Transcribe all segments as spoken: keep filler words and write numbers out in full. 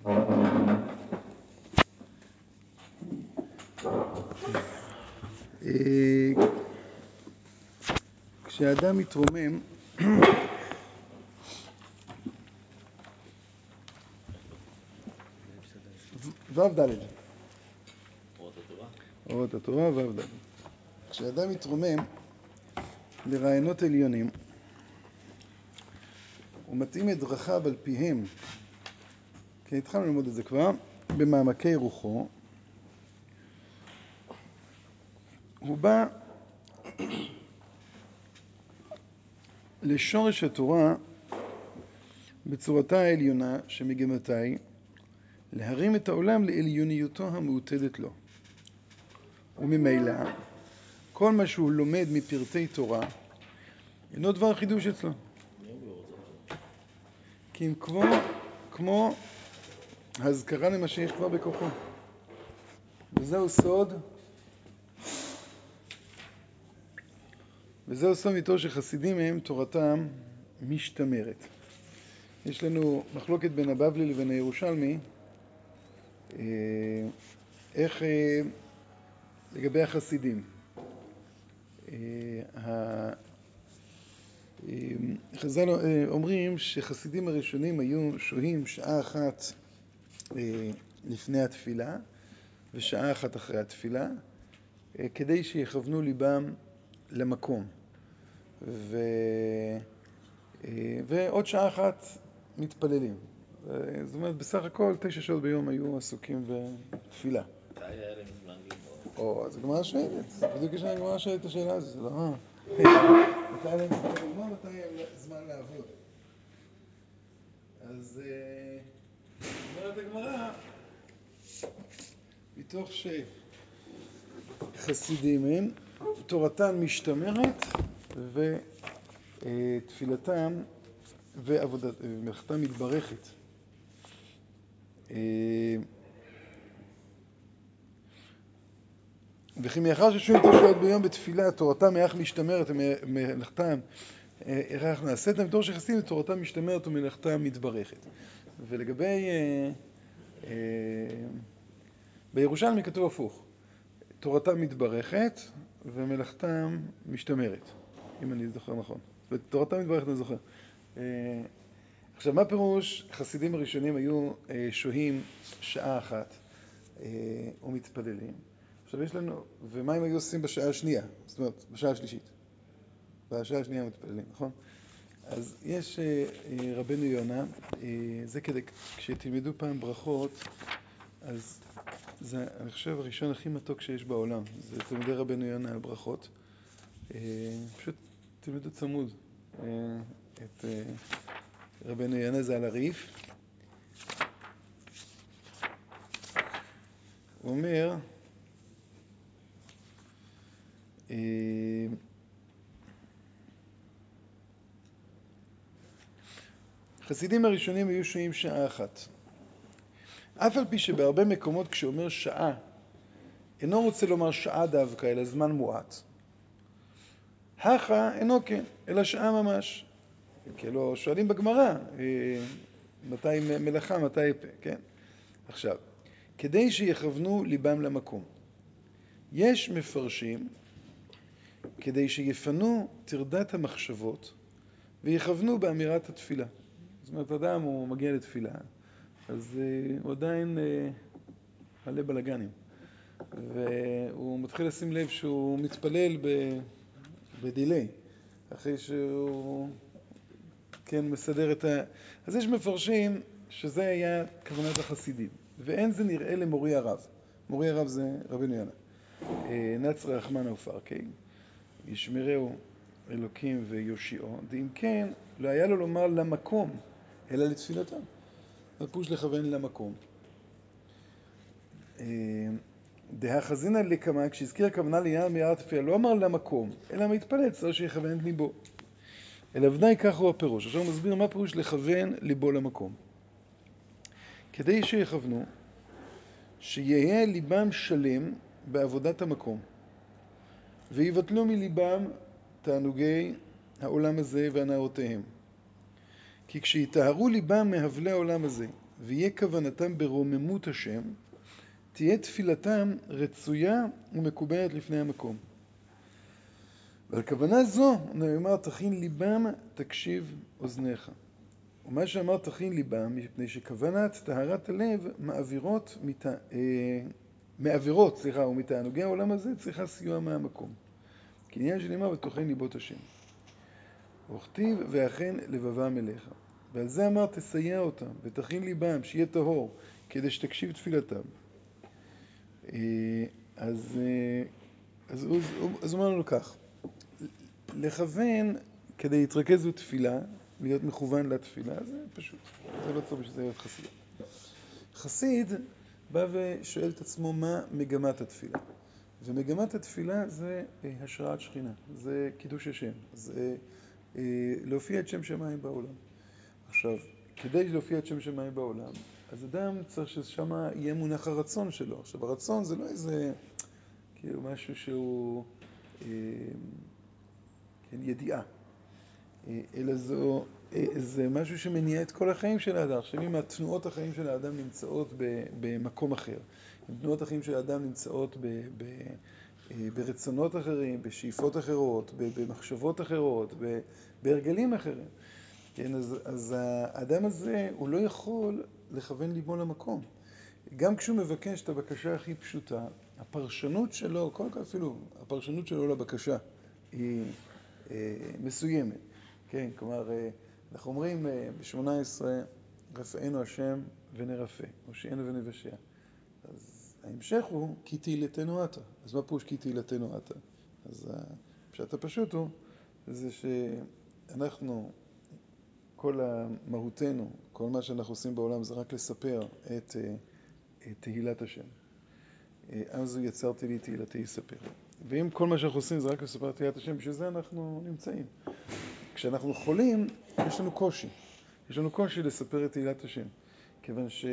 כשאדם מתרומם, ו' ד' אורות התורה. אורות התורה ו' ד'. כשאדם מתרומם לרעיונות עליונים, הוא מתאים את דרכיו על פיהם, כי התחלנו ללמוד את זה כבר, במעמקי רוחו. הוא בא לשורש התורה בצורתה העליונה שמגמתה היא להרים את העולם לעליוניותו המעוטדת לו. וממילא, כל מה שהוא לומד מפרטי תורה אינו דבר חידוש אצלו. כי אם כמו, כמו הזכרה למה שיש כבר בכוחו. וזהו סוד, וזהו סוד מתור שחסידים מהם תורתם משתמרת. יש לנו מחלוקת בין הבבלי לבין הירושלמי, איך לגבי החסידים. חז"ל אומרים שחסידים הראשונים היו שוהים שעה אחת לפני התפילה ושעה אחת אחרי התפילה, כדי שיכוונו ליבם למקום. ו... ועוד שעה אחת מתפללים. זאת אומרת, בסך הכל תשע שעות ביום היו עסוקים בתפילה. מתי היה להם זמן ללמוד? או, אז הגמרא שואלת. בדיוק יש להם הגמרא שואלת את השאלה הזו, זה לא... מתי היה להם זמן ללמוד, מתי היה להם זמן לעבוד? אז אומרת הגמרא, מתוך שחסידים הם, תורתם משתמרת ותפילתם ומלאכתם מתברכת. וכי מאחר ששוהים תשע שעות ביום בתפילה, תורתם איך משתמרת ומלאכתם איך נעשית, מתוך שחסידים תורתם משתמרת ומלאכתם מתברכת. ולגבי בירושלמי כתוב הפוך, תורתם מתברכת ומלאכתם משתמרת, אם אני זוכר נכון. תורתם מתברכת אני זוכר. עכשיו, מה פירוש? חסידים הראשונים היו שוהים שעה אחת ומתפללים. עכשיו יש לנו, ומה הם היו עושים בשעה השנייה? זאת אומרת, בשעה השלישית. בשעה השנייה מתפללים, נכון? אז יש רבנו יונה, זה כדי, כשתלמדו פעם ברכות, אז זה, אני חושב, הראשון הכי מתוק שיש בעולם. זה תלמדי רבנו יונה על ברכות. פשוט תלמדו צמוד את רבנו יונה, זה על הריף. הוא אומר, חסידים הראשונים היו שוהים שעה אחת. אף על פי שבהרבה מקומות כשאומר שעה, אינו רוצה לומר שעה דווקא, אלא זמן מועט. הכה אינו כן, אלא שעה ממש. כאילו שואלים בגמרא, מתי מלאכה, מתי פה, כן? עכשיו, כדי שיכוונו ליבם למקום. יש מפרשים כדי שיפנו תרדת המחשבות ויכוונו באמירת התפילה. זאת אומרת, אדם הוא מגיע לתפילה, אז uh, הוא עדיין uh, מלא בלגנים. והוא מתחיל לשים לב שהוא מתפלל ב- בדילי, אחרי שהוא כן מסדר את ה... אז יש מפרשים שזה היה כוונת החסידים. ואין זה נראה למורי הרב. מורי הרב זה רבנו יונה. נצר רחמנא ופרקי, ישמרהו אלוקים ויושיעו, ואם כן, לא היה לו לומר למקום, אלא לתפילתם. נפוש לכוון למקום. דהחזינא לקמא, כשהזכיר הכוונה לעניין אמירת התפילה, לא אמר למקום, אלא מתפלל, צריך שיכוון את ליבו. אלא ודאי כך הוא הפירוש. עכשיו הוא מסביר מה פירוש לכוון ליבו למקום. כדי שיכוונו, שיהיה ליבם שלם בעבודת המקום, ויבטלו מליבם תענוגי העולם הזה והנאותיהם. כי כשיתארו ליבם מהבלי העולם הזה, ויהיה כוונתם ברוממות השם, תהיה תפילתם רצויה ומקובלת לפני המקום. והכוונה זו, נאמר, תכין ליבם, תקשיב אוזניך. ומה שאמר תכין ליבם, מפני שכוונת טהרת הלב מעבירות, מת... אה, מעבירות, סליחה, ומתענוגי העולם הזה צריכה סיוע מהמקום. כי עניין שנאמר ותוכן ליבות השם. וכתיב ואכן לבבם אליך. ועל זה אמר תסייע אותם ותכין ליבם, שיהיה טהור, כדי שתקשיב תפילתם. אה, אז, אה, אז, אז, אז אומר לנו כך, לכוון כדי להתרכז בתפילה, להיות מכוון לתפילה, זה פשוט, זה לא צריך בשביל זה להיות חסיד. חסיד בא ושואל את עצמו מה מגמת התפילה. ומגמת התפילה זה השראת שכינה, זה קידוש השם, זה להופיע את שם שמיים בעולם. עכשיו, כדי להופיע את שם שמיים בעולם, אז אדם צריך ששם יהיה מונח הרצון שלו. עכשיו, הרצון זה לא איזה, כאילו, משהו שהוא אה, כן, ידיעה, אה, אלא זו, אה, זה משהו שמניע את כל החיים של האדם. עכשיו, אם התנועות החיים של האדם נמצאות ב, במקום אחר, אם תנועות החיים של האדם נמצאות ב, ב, אה, ברצונות אחרים, בשאיפות אחרות, במחשבות אחרות, בהרגלים אחרים, כן, אז, אז האדם הזה, הוא לא יכול לכוון ליבו למקום. גם כשהוא מבקש את הבקשה הכי פשוטה, הפרשנות שלו, כל כך אפילו, הפרשנות שלו לבקשה היא אה, מסוימת. כן, כלומר, אה, אנחנו אומרים אה, ב-שמונה עשרה, רפאנו השם ונרפא, הושיענו ונבשע. אז ההמשך הוא, כי תהילתנו אתה. אז מה פירוש כי תהילתנו אתה? אז הפשט הפשוט הוא, זה שאנחנו, כל מהותנו, כל מה שאנחנו עושים בעולם זה רק לספר את, את תהילת השם. אז הוא יצרתי לי תהילתי יספר. ואם כל מה שאנחנו עושים זה רק לספר את תהילת השם, בשביל זה אנחנו נמצאים. כשאנחנו חולים, יש לנו קושי. יש לנו קושי לספר את תהילת השם. כיוון ש...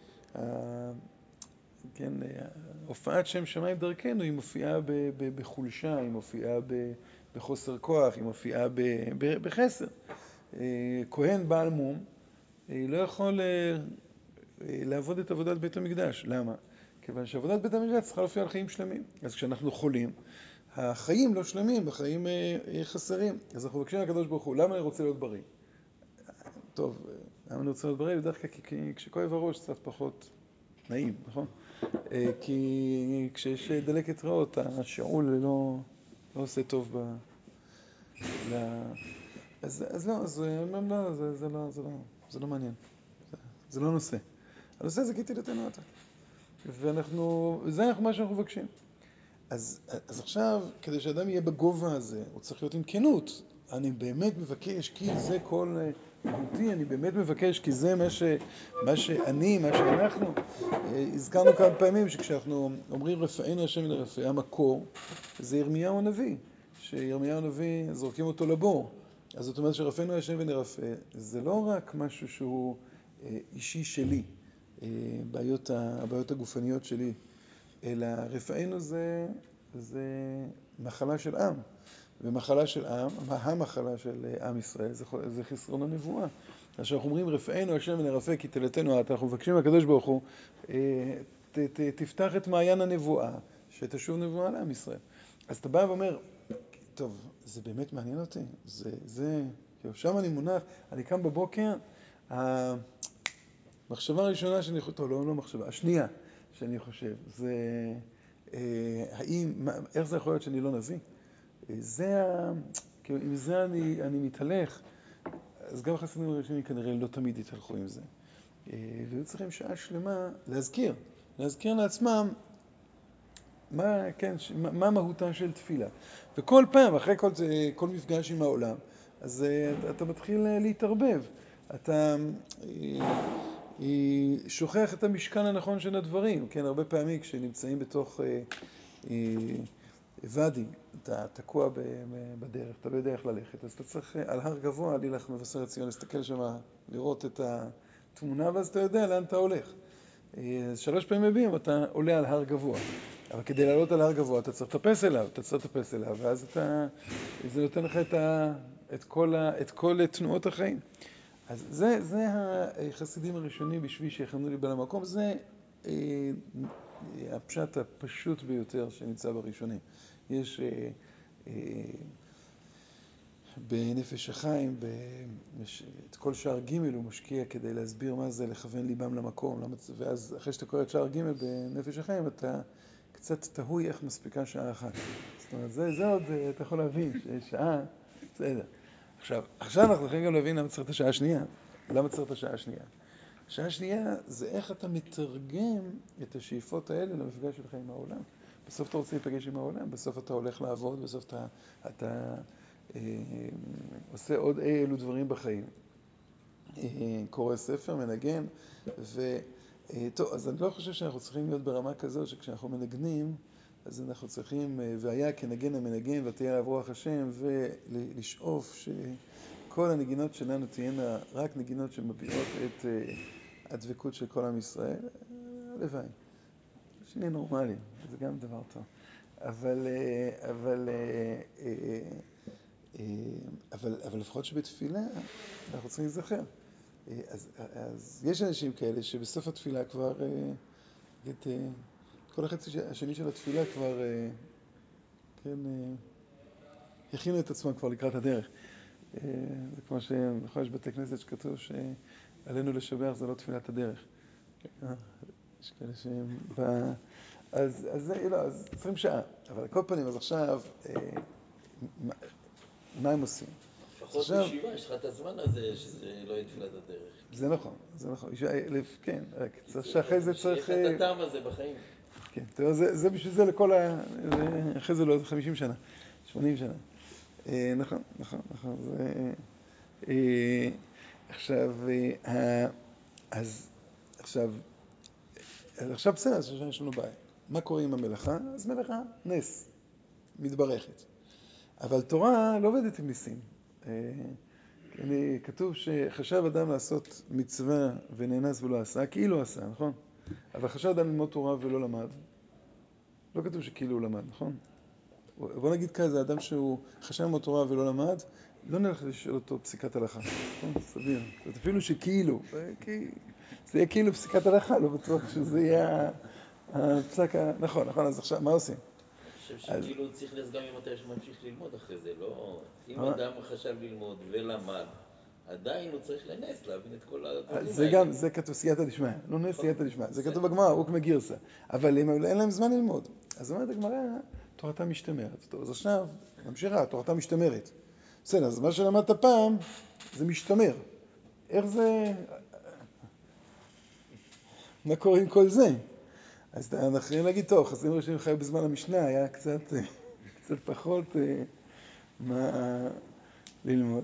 כן, הופעת שם שמיים דרכנו, היא מופיעה בחולשה, היא מופיעה בחוסר כוח, היא מופיעה בחסר. כהן בעל מום לא יכול לעבוד את עבודת בית המקדש. למה? כיוון שעבודת בית המקדש צריכה להופיע על חיים שלמים. אז כשאנחנו חולים, החיים לא שלמים, החיים חסרים. אז אנחנו מבקשים לקדוש ברוך הוא, למה אני רוצה להיות בריא? טוב, למה אני רוצה להיות בריא? בדרך כלל כי כשכואב הראש קצת פחות נעים, נכון? כי כשיש דלקת ריאות, השאול לא, לא עושה טוב ב... ל... אז, אז לא, אז לא, זה, זה לא, זה לא, זה לא מעניין. זה, זה לא נושא. הנושא זה כי תהילתנו אתה. ואנחנו, זה מה שאנחנו מבקשים. אז, אז עכשיו, כדי שאדם יהיה בגובה הזה, הוא צריך להיות עם כנות. אני באמת מבקש, כי זה כל מהותי, אני באמת מבקש, כי זה מה, ש, מה שאני, מה שאנחנו. הזכרנו כמה פעמים שכשאנחנו אומרים רפאנו השם ונרפא, המקור, זה ירמיהו הנביא. שירמיהו הנביא, זורקים אותו לבור. אז זאת אומרת שרפאנו השם ונרפא, זה לא רק משהו שהוא אישי שלי, בעיות, הבעיות הגופניות שלי, אלא רפאנו זה, זה מחלה של עם. ומחלה של עם, המחלה של עם ישראל, זה, זה חסרון הנבואה. אז שאנחנו אומרים רפאנו השם ונרפא כי תהילתנו אתה, אנחנו מבקשים מהקדוש ברוך הוא, ת, ת, תפתח את מעיין הנבואה, שתשוב נבואה לעם ישראל. אז אתה בא ואומר, טוב, זה באמת מעניין אותי, זה, זה, שם אני מונח, אני קם בבוקר, המחשבה הראשונה שאני חושב, טוב, לא, לא מחשבה, השנייה שאני חושב, זה, האם, איך זה יכול להיות שאני לא נביא? זה, כאילו, אם זה אני, אני מתהלך, אז גם החסידים הראשונים כנראה לא תמיד יתהלכו עם זה. והיו צריכים שעה שלמה להזכיר, להזכיר לעצמם מה, כן, מה מהותה של תפילה. וכל פעם, אחרי כל, כל מפגש עם העולם, אז אתה מתחיל להתערבב. אתה שוכח את המשכן הנכון של הדברים. כן, הרבה פעמים כשנמצאים בתוך ואדי, אתה תקוע בדרך, אתה לא יודע איך ללכת, אז אתה צריך על הר גבוה, לילך מבשרת ציון, להסתכל שם, לראות את התמונה, ואז אתה יודע לאן אתה הולך. אז שלוש פעמים מביאים, אתה עולה על הר גבוה. אבל כדי לעלות על הר גבוה, אתה צריך לטפס אליו, אתה צריך לטפס אליו, ואז אתה, זה נותן לך את, ה, את, כל, ה, את כל תנועות החיים. אז זה, זה החסידים הראשונים בשביל שיכוונו ליבם למקום, זה אה, הפשט הפשוט ביותר שנמצא בראשונים. יש אה, אה, בנפש החיים, במש... את כל שער ג' הוא משקיע כדי להסביר מה זה לכוון ליבם למקום, למה... ואז אחרי שאתה קורא את שער ג' בנפש החיים, אתה קצת תהוי איך מספיקה שעה אחת. זאת אומרת, זה, זה עוד, אתה יכול להבין, ששעה, בסדר. עכשיו, עכשיו אנחנו יכולים גם להבין למה צריך את השעה השנייה. למה צריך את השעה השנייה? השעה השנייה זה איך אתה מתרגם את השאיפות האלה למפגש שלך עם העולם. בסוף אתה רוצה להיפגש עם העולם, בסוף אתה הולך לעבוד, בסוף אתה, אתה אה, עושה עוד אי אלו דברים בחיים. אה, קורא ספר, מנגן, ו... אה, טוב, אז אני לא חושב שאנחנו צריכים להיות ברמה כזו שכשאנחנו מנגנים, אז אנחנו צריכים, והיה כנגן המנגן ותהיה עליו רוח השם, ולשאוף שכל הנגינות שלנו תהיינה רק נגינות שמביעות את הדבקות של כל עם ישראל. הלוואי. שנהיה נורמליים, זה גם דבר טוב. אבל, אבל, אבל, אבל לפחות שבתפילה אנחנו צריכים להיזכר. אז, אז יש אנשים כאלה שבסוף התפילה כבר, את, כל החצי השני של התפילה כבר, כן, הכינו את עצמם כבר לקראת הדרך. זה כמו שנכון, יש בתי כנסת שכתוב שעלינו לשבח זה לא תפילת הדרך. יש כאלה שהם בא... אז, אז זה, לא, אז עשרים שעה. אבל על כל פנים, אז עכשיו, מה הם עושים? לפחות בישיבה, יש לך את הזמן הזה שזה לא יהיה תפילת הדרך. זה נכון, זה נכון. כן, רק צריך שאחרי זה צריך... שיש את הטעם הזה בחיים. כן, זה בשביל זה לכל ה... אחרי זה לא, זה חמישים שנה, שמונים שנה. נכון, נכון, נכון. עכשיו, אז עכשיו, עכשיו בסדר, אז יש לנו בעיה. מה קורה עם המלאכה? אז מלאכה, נס, מתברכת. אבל תורה לא עובדת עם ניסים. כתוב שחשב אדם לעשות מצווה ונאנס ולא עשה, כאילו עשה, נכון? אבל חשב אדם ללמוד תורה ולא למד. לא כתוב שכאילו הוא למד, נכון? בוא נגיד כזה, אדם שהוא חשב ללמוד תורה ולא למד, לא נלך לשאול אותו פסיקת הלכה. נכון? סביר. זאת אפילו שכאילו, זה יהיה כאילו פסיקת הלכה, לא בטוח שזה יהיה הפסק ה... נכון, נכון, אז עכשיו, מה עושים? אני חושב שכאילו צריך לס גם אם אתה ממשיך ללמוד אחרי זה, לא... אם אדם חשב ללמוד ולמד, עדיין הוא צריך לנס, להבין את כל הדברים זה האלה. גם, זה כתוב סייעתא דשמיא, לא נס סייעתא דשמיא. זה כתוב בגמרא, הוקמא גירסא. אבל אין להם זמן ללמוד. אז אומרת הגמרא, תורתה משתמרת. טוב, אז עכשיו, נמשיכה, תורתה משתמרת. בסדר, אז מה שלמדת פעם, זה משתמר. איך זה... מה קורה עם כל זה? אז אנחנו יכולים להגיד, טוב, חסידים ראשונים חיו בזמן המשנה, היה קצת, קצת פחות מה ללמוד.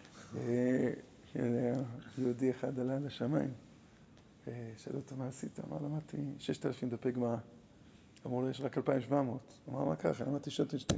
יהודי אחד עלה לשמיים, שאלו אותו מה עשית? אמר, למדתי ששת אלפים דפי גמרא. אמרו לו, יש רק אלפיים ושבע מאות. אמר, מה ככה? למדתי שוטנשטיין.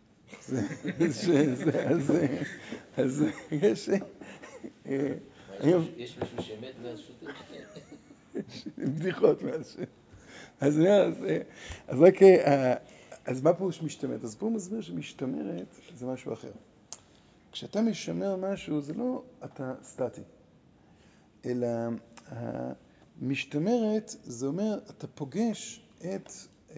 אז יש... יש מישהו שמת מאז שוטנשטיין? בדיחות מאז ש... אז רק... אז מה פירוש משתמרת? אז פה הוא מסביר שמשתמרת זה משהו אחר. כשאתה משמר משהו, זה לא אתה סטטי, אלא המשתמרת, זה אומר, אתה פוגש את,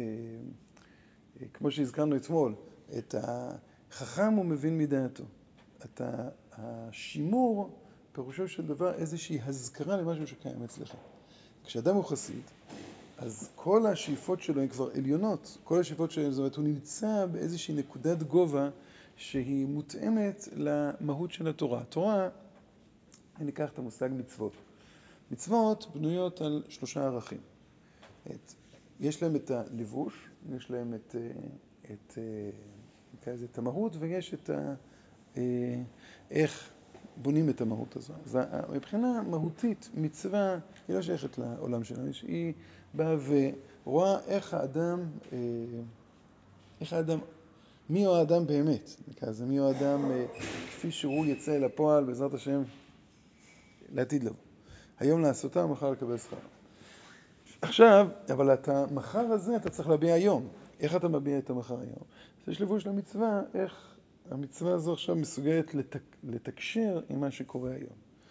כמו שהזכרנו אתמול, את החכם ומבין מדעתו. אתה, השימור, פירושו של דבר, איזושהי הזכרה למשהו שקיים אצלך. כשאדם הוא חסיד, אז כל השאיפות שלו הן כבר עליונות. כל השאיפות שלו, זאת אומרת, הוא נמצא באיזושהי נקודת גובה שהיא מותאמת למהות של התורה. התורה, אני אקח את המושג מצוות. מצוות בנויות על שלושה ערכים. את, יש להם את הלבוש, יש להם את, את, את, את המהות, ויש את ה, איך בונים את המהות הזו. אז מבחינה מהותית, מצווה היא לא שייכת לעולם שלנו, היא באה ורואה איך האדם, איך האדם, מי הוא האדם באמת, זה מי הוא האדם כפי שהוא יצא אל הפועל בעזרת השם לעתיד לבוא. היום לעשותה, מחר לקבל שכר. עכשיו, אבל את המחר הזה אתה צריך להביע היום. איך אתה מביע את המחר היום? אז יש לבוש למצווה, איך המצווה הזו עכשיו מסוגלת לתק... לתקשר עם מה שקורה היום.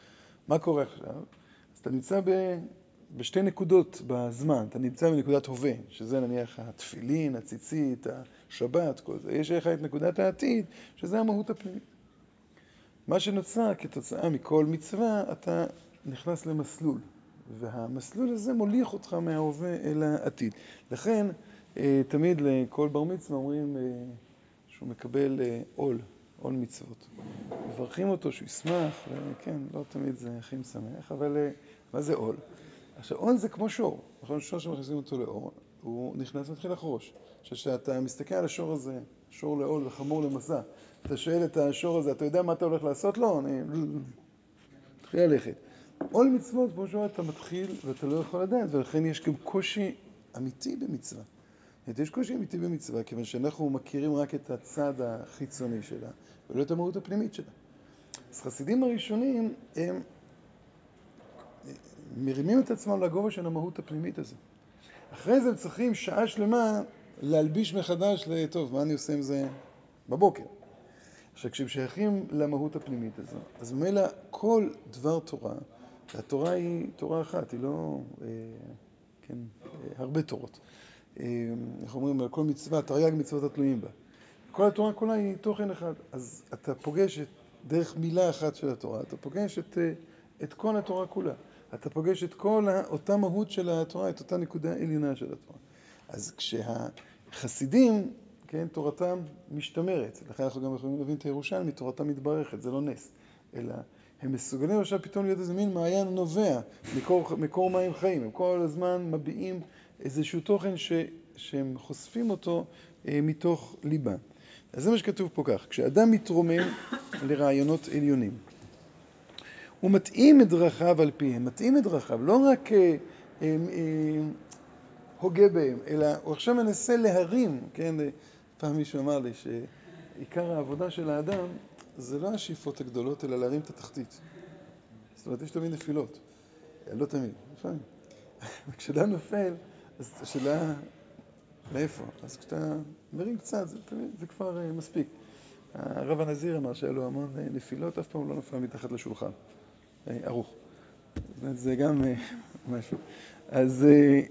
מה קורה עכשיו? אז אתה נמצא ב... בשתי נקודות בזמן. אתה נמצא בנקודת הווה, שזה נניח התפילין, הציצית, השבת, כל זה. יש לך את נקודת העתיד, שזה המהות הפנימית. מה שנוצר כתוצאה מכל מצווה, אתה נכנס למסלול. והמסלול הזה מוליך אותך מההווה אל העתיד. לכן, תמיד לכל בר מצווה אומרים שהוא מקבל עול, עול מצוות. מברכים אותו שהוא ישמח, וכן, לא תמיד זה הכי משמח, אבל מה זה עול? עכשיו, עול זה כמו שור. נכון, שור שמכניסים אותו לעול, הוא נכנס ומתחיל לחרוש. עכשיו, כשאתה מסתכל על השור הזה, שור לעול וחמור למסע, אתה שואל את השור הזה, אתה יודע מה אתה הולך לעשות לו? אני... מתחיל ללכת. עול מצוות, כמו שאומר, אתה מתחיל ואתה לא יכול לדעת, ולכן יש גם קושי אמיתי במצווה. יש קושי אמיתי במצווה, כיוון שאנחנו מכירים רק את הצד החיצוני שלה, ולא את המהות הפנימית שלה. אז חסידים הראשונים, הם מרימים את עצמם לגובה של המהות הפנימית הזו. אחרי זה הם צריכים שעה שלמה להלביש מחדש לטוב, מה אני עושה עם זה בבוקר? עכשיו, כשהם שייכים למהות הפנימית הזו, אז ממילא כל דבר תורה, התורה היא תורה אחת, היא לא, אה, כן, אה, הרבה תורות. אה, אנחנו אומרים, על כל מצווה, תרי"ג מצוות התלויים בה. כל התורה כולה היא תוכן אחד. אז אתה פוגש את, דרך מילה אחת של התורה, אתה פוגש את, את כל התורה כולה. אתה פוגש את כל אותה מהות של התורה, את אותה נקודה עליונה של התורה. אז כשהחסידים, כן, תורתם משתמרת. לכן אנחנו גם יכולים להבין את הירושלמי, תורתם מתברכת, זה לא נס. אלא הם מסוגלים עכשיו פתאום להיות איזה מין מעיין נובע, מקור, מקור מים חיים. הם כל הזמן מביעים איזשהו תוכן ש, שהם חושפים אותו אה, מתוך ליבה. אז זה מה שכתוב פה כך, כשאדם מתרומם לרעיונות עליונים, הוא מתאים את דרכיו על פיהם, מתאים את דרכיו, לא רק אה, אה, אה, הוגה בהם, אלא הוא עכשיו מנסה להרים, כן? פעם מישהו אמר לי שעיקר העבודה של האדם זה לא השאיפות הגדולות, אלא להרים את התחתית. זאת אומרת, יש תמיד נפילות. לא תמיד, לפעמים. וכשאדם נופל, אז השאלה, מאיפה? אז כשאתה מרים קצת, זה, תמיד, זה כבר uh, מספיק. הרב הנזיר אמר שהיה לו המון uh, נפילות, אף פעם לא נפל מתחת לשולחן. Uh, ארוך. זאת אומרת, זה גם uh, משהו. אז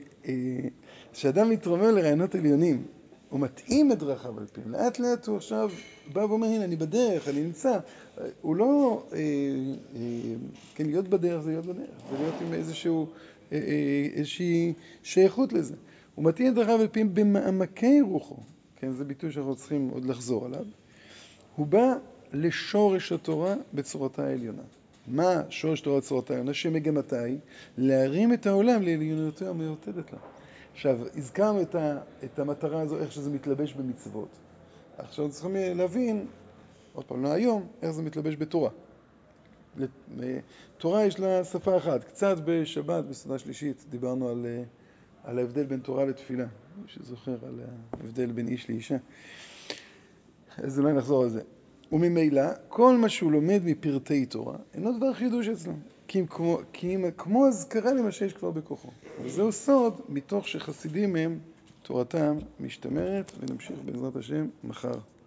כשאדם uh, uh, מתרומם לרעיונות עליונים, הוא מתאים את דרכיו על פיהם. לאט לאט הוא עכשיו בא ואומר, הנה, אני בדרך, אני נמצא. Uh, הוא לא, uh, uh, כן, להיות בדרך זה להיות בדרך. זה להיות עם איזשהו, uh, uh, איזושהי שייכות לזה. הוא מתאים את דרכיו על פיהם במעמקי רוחו. כן, זה ביטוי שאנחנו צריכים עוד לחזור עליו. הוא בא לשורש התורה בצורתה העליונה. מה שורש תורה בצורתה העליונה? שמגמתה היא להרים את העולם לעליונותו המיוחדת לה. עכשיו, הזכרנו את, ה, את המטרה הזו, איך שזה מתלבש במצוות. עכשיו צריכים להבין, עוד פעם, לא היום, איך זה מתלבש בתורה. תורה יש לה שפה אחת. קצת בשבת, בסעודה שלישית, דיברנו על, על ההבדל בין תורה לתפילה. מי שזוכר על ההבדל בין איש לאישה. אז אולי נחזור על זה. וממילא, כל מה שהוא לומד מפרטי תורה, אינו דבר חידוש אצלו. כי אם כמו, כי אם, כמו הזכרה למה שיש כבר בכוחו. וזהו סוד, מתוך שחסידים הם, תורתם משתמרת, ונמשיך בעזרת השם מחר.